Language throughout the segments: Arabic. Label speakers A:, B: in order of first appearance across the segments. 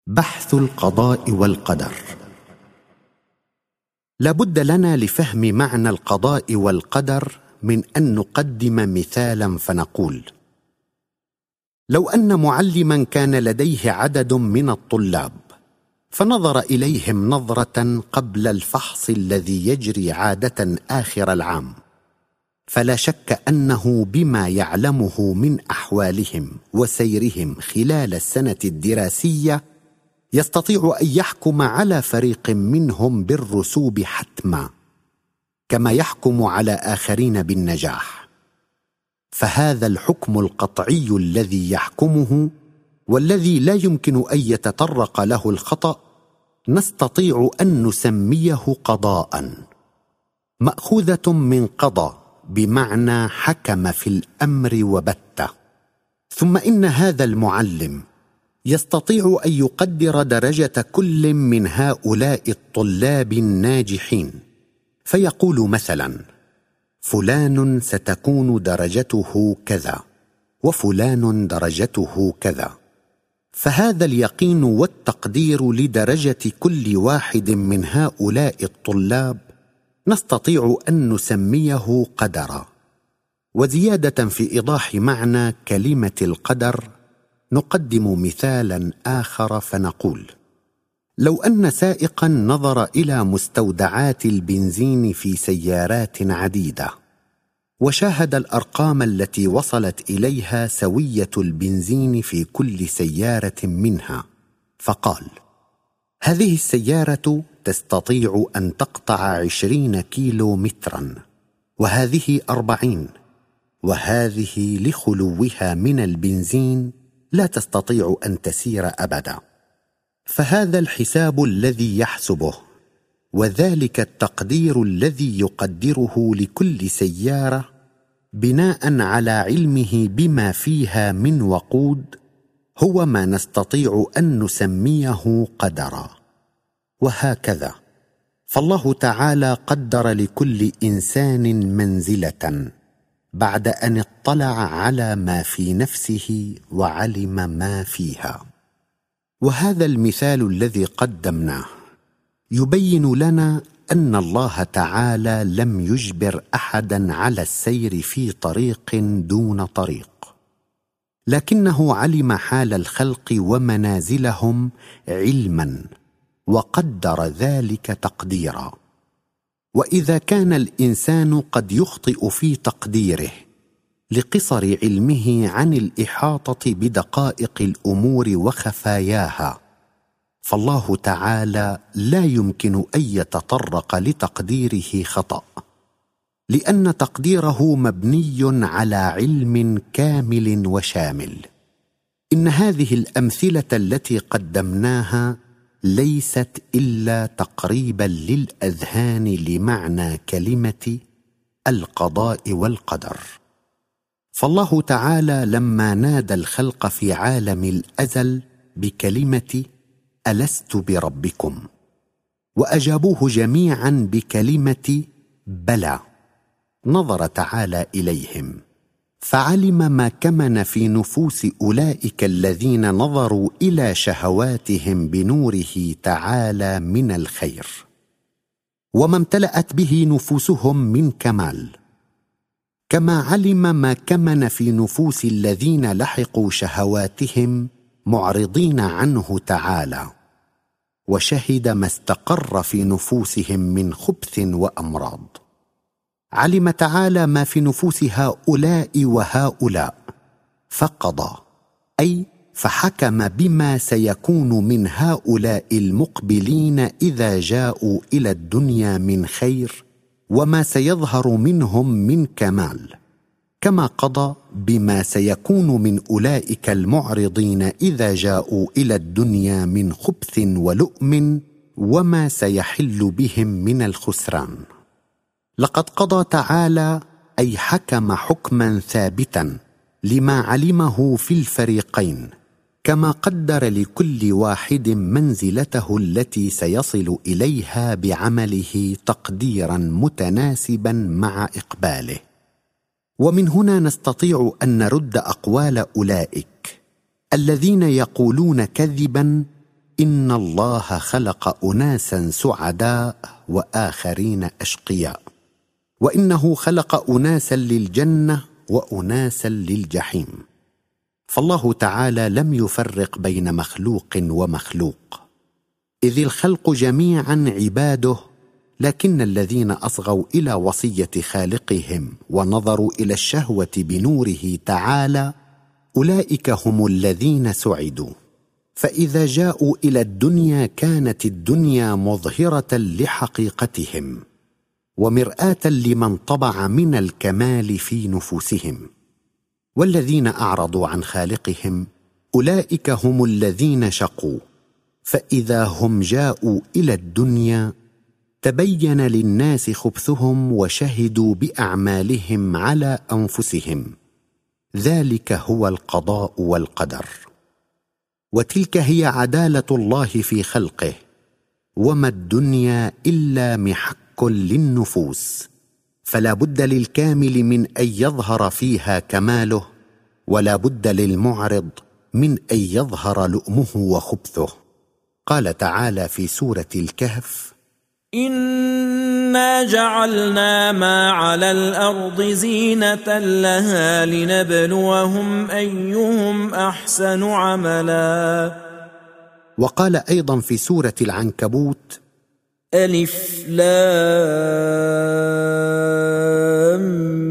A: بحث القضاء والقدر. لا بد لنا لفهم معنى القضاء والقدر من أن نقدم مثالا فنقول: لو أن معلما كان لديه عدد من الطلاب فنظر إليهم نظرة قبل الفحص الذي يجري عادة آخر العام، فلا شك أنه بما يعلمه من أحوالهم وسيرهم خلال السنة الدراسية يستطيع أن يحكم على فريق منهم بالرسوب حتما، كما يحكم على آخرين بالنجاح. فهذا الحكم القطعي الذي يحكمه والذي لا يمكن أن يتطرق له الخطأ نستطيع أن نسميه قضاء، مأخوذة من قضى بمعنى حكم في الأمر وبت. ثم إن هذا المعلم يستطيع أن يقدر درجة كل من هؤلاء الطلاب الناجحين، فيقول مثلا: فلان ستكون درجته كذا وفلان درجته كذا. فهذا اليقين والتقدير لدرجة كل واحد من هؤلاء الطلاب نستطيع أن نسميه قدرا. وزيادة في إيضاح معنى كلمة القدر نقدم مثالا آخر فنقول: لو أن سائقا نظر إلى مستودعات البنزين في سيارات عديدة وشاهد الأرقام التي وصلت إليها سوية البنزين في كل سيارة منها، فقال: هذه السيارة تستطيع أن تقطع 20 كيلومترا، وهذه 40، وهذه لخلوها من البنزين لا تستطيع أن تسير أبدا. فهذا الحساب الذي يحسبه وذلك التقدير الذي يقدره لكل سيارة بناء على علمه بما فيها من وقود هو ما نستطيع أن نسميه قدرا. وهكذا فالله تعالى قدر لكل إنسان منزلة بعد أن اطلع على ما في نفسه وعلم ما فيها. وهذا المثال الذي قدمناه يبين لنا أن الله تعالى لم يجبر أحدا على السير في طريق دون طريق، لكنه علم حال الخلق ومنازلهم علما وقدر ذلك تقديرا. وإذا كان الإنسان قد يخطئ في تقديره لقصر علمه عن الإحاطة بدقائق الأمور وخفاياها، فالله تعالى لا يمكن أن يتطرق لتقديره خطأ، لأن تقديره مبني على علم كامل وشامل. إن هذه الأمثلة التي قدمناها ليست إلا تقريبا للأذهان لمعنى كلمة القضاء والقدر. فالله تعالى لما نادى الخلق في عالم الأزل بكلمة ألست بربكم، وأجابوه جميعا بكلمة بلى، نظر تعالى إليهم فعلم ما كمن في نفوس أولئك الذين نظروا إلى شهواتهم بنوره تعالى من الخير، وما امتلأت به نفوسهم من كمال، كما علم ما كمن في نفوس الذين لحقوا شهواتهم معرضين عنه تعالى، وشهد ما استقر في نفوسهم من خبث وأمراض. علم تعالى ما في نفوس هؤلاء وهؤلاء فقضى، أي فحكم بما سيكون من هؤلاء المقبلين إذا جاءوا إلى الدنيا من خير وما سيظهر منهم من كمال، كما قضى بما سيكون من أولئك المعرضين إذا جاءوا إلى الدنيا من خبث ولؤم وما سيحل بهم من الخسران. لقد قضى تعالى أي حكم حكما ثابتا لما علمه في الفريقين، كما قدر لكل واحد منزلته التي سيصل إليها بعمله تقديرا متناسبا مع إقباله. ومن هنا نستطيع أن نرد أقوال أولئك الذين يقولون كذبا إن الله خلق أناسا سعداء وآخرين أشقياء، وإنه خلق أناسا للجنة وأناسا للجحيم. فالله تعالى لم يفرق بين مخلوق ومخلوق، إذ الخلق جميعا عباده، لكن الذين أصغوا إلى وصية خالقهم ونظروا إلى الشهوة بنوره تعالى أولئك هم الذين سعدوا. فإذا جاءوا إلى الدنيا كانت الدنيا مظهرة لحقيقتهم ومرآة لمن طبع من الكمال في نفوسهم، والذين أعرضوا عن خالقهم أولئك هم الذين شقوا. فإذا هم جاءوا إلى الدنيا تبين للناس خبثهم وشهدوا بأعمالهم على أنفسهم، ذلك هو القضاء والقدر. وتلك هي عدالة الله في خلقه، وما الدنيا إلا محك للنفوس، فلا بد للكامل من أن يظهر فيها كماله، ولا بد للمعرض من أن يظهر لؤمه وخبثه. قال تعالى في سورة الكهف:
B: إنا جعلنا ما على الأرض زينة لها لنبلوهم أيهم أحسن عملا.
A: وقال أيضا في سورة العنكبوت:
B: ألف لام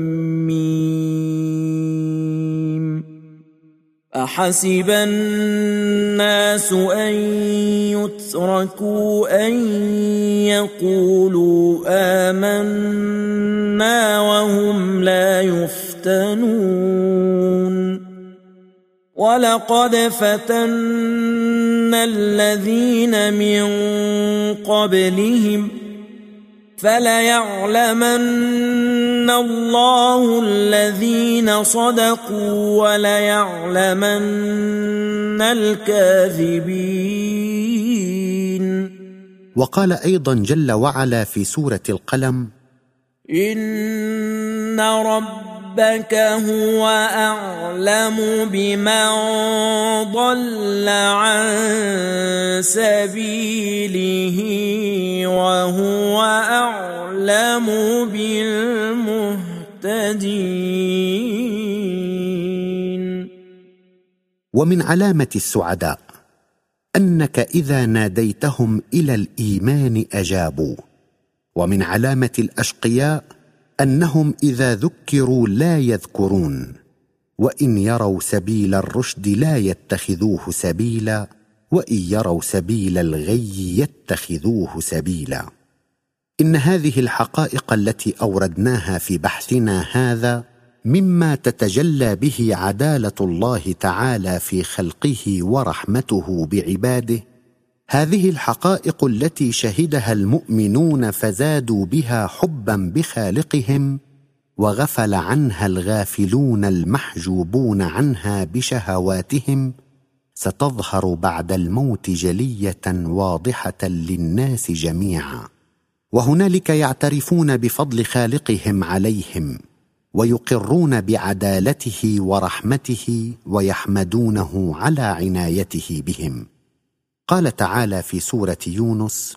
B: ميم أحسب الناس أن يتركوا أن يقولوا آمنا وهم لا يفتنون ولقد فتنا الذين من قبلهم فليعلمن الله الذين صدقوا وليعلمن الكاذبين.
A: وقال أيضا جل وعلا في سورة القلم:
B: إن ربك هو أعلم بمن ضل عن سبيله وهو أعلم بالمهتدين.
A: ومن علامة السعداء أنك إذا ناديتهم إلى الإيمان أجابوا، ومن علامة الأشقياء أنهم إذا ذكروا لا يذكرون، وإن يروا سبيل الرشد لا يتخذوه سبيلا، وإن يروا سبيل الغي يتخذوه سبيلا. إن هذه الحقائق التي أوردناها في بحثنا هذا مما تتجلى به عدالة الله تعالى في خلقه ورحمته بعباده. هذه الحقائق التي شهدها المؤمنون فزادوا بها حبا بخالقهم، وغفل عنها الغافلون المحجوبون عنها بشهواتهم، ستظهر بعد الموت جلية واضحة للناس جميعا، وهنالك يعترفون بفضل خالقهم عليهم، ويقرون بعدالته ورحمته، ويحمدونه على عنايته بهم. قال تعالى في سورة يونس: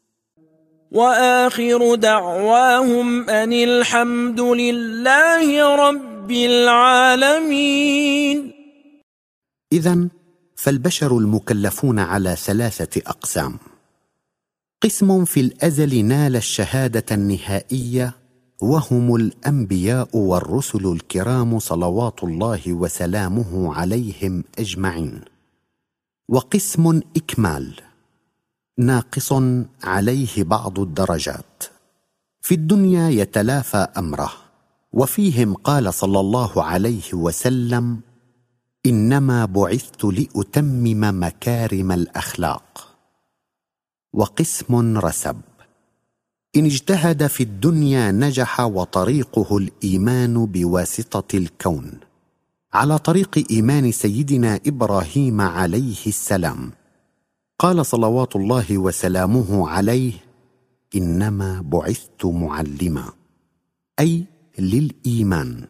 B: وآخر دعواهم أن الحمد لله رب العالمين.
A: إذن فالبشر المكلفون على 3 أقسام: قسم في الأزل نال الشهادة النهائية، وهم الأنبياء والرسل الكرام صلوات الله وسلامه عليهم أجمعين. وقسم إكمال ناقص عليه بعض الدرجات، في الدنيا يتلافى أمره، وفيهم قال صلى الله عليه وسلم: إنما بعثت لأتمم مكارم الأخلاق. وقسم رسب إن اجتهد في الدنيا نجح، وطريقه الإيمان بواسطة الكون، على طريق إيمان سيدنا إبراهيم عليه السلام. قال صلوات الله وسلامه عليه: إنما بعثت معلما، أي للإيمان.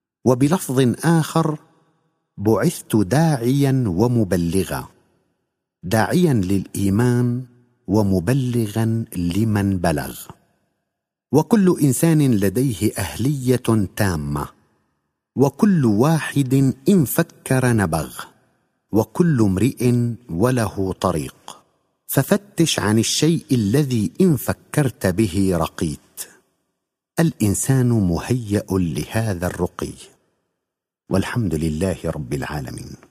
A: وبلفظ آخر: بعثت داعيا ومبلغا. داعيا للإيمان ومبلغا لمن بلغ. وكل إنسان لديه أهلية تامة، وكل واحد إن فكر نبغ، وكل امرئ وله طريق. ففتش عن الشيء الذي إن فكرت به رقيت. الإنسان مهيأ لهذا الرقي. والحمد لله رب العالمين.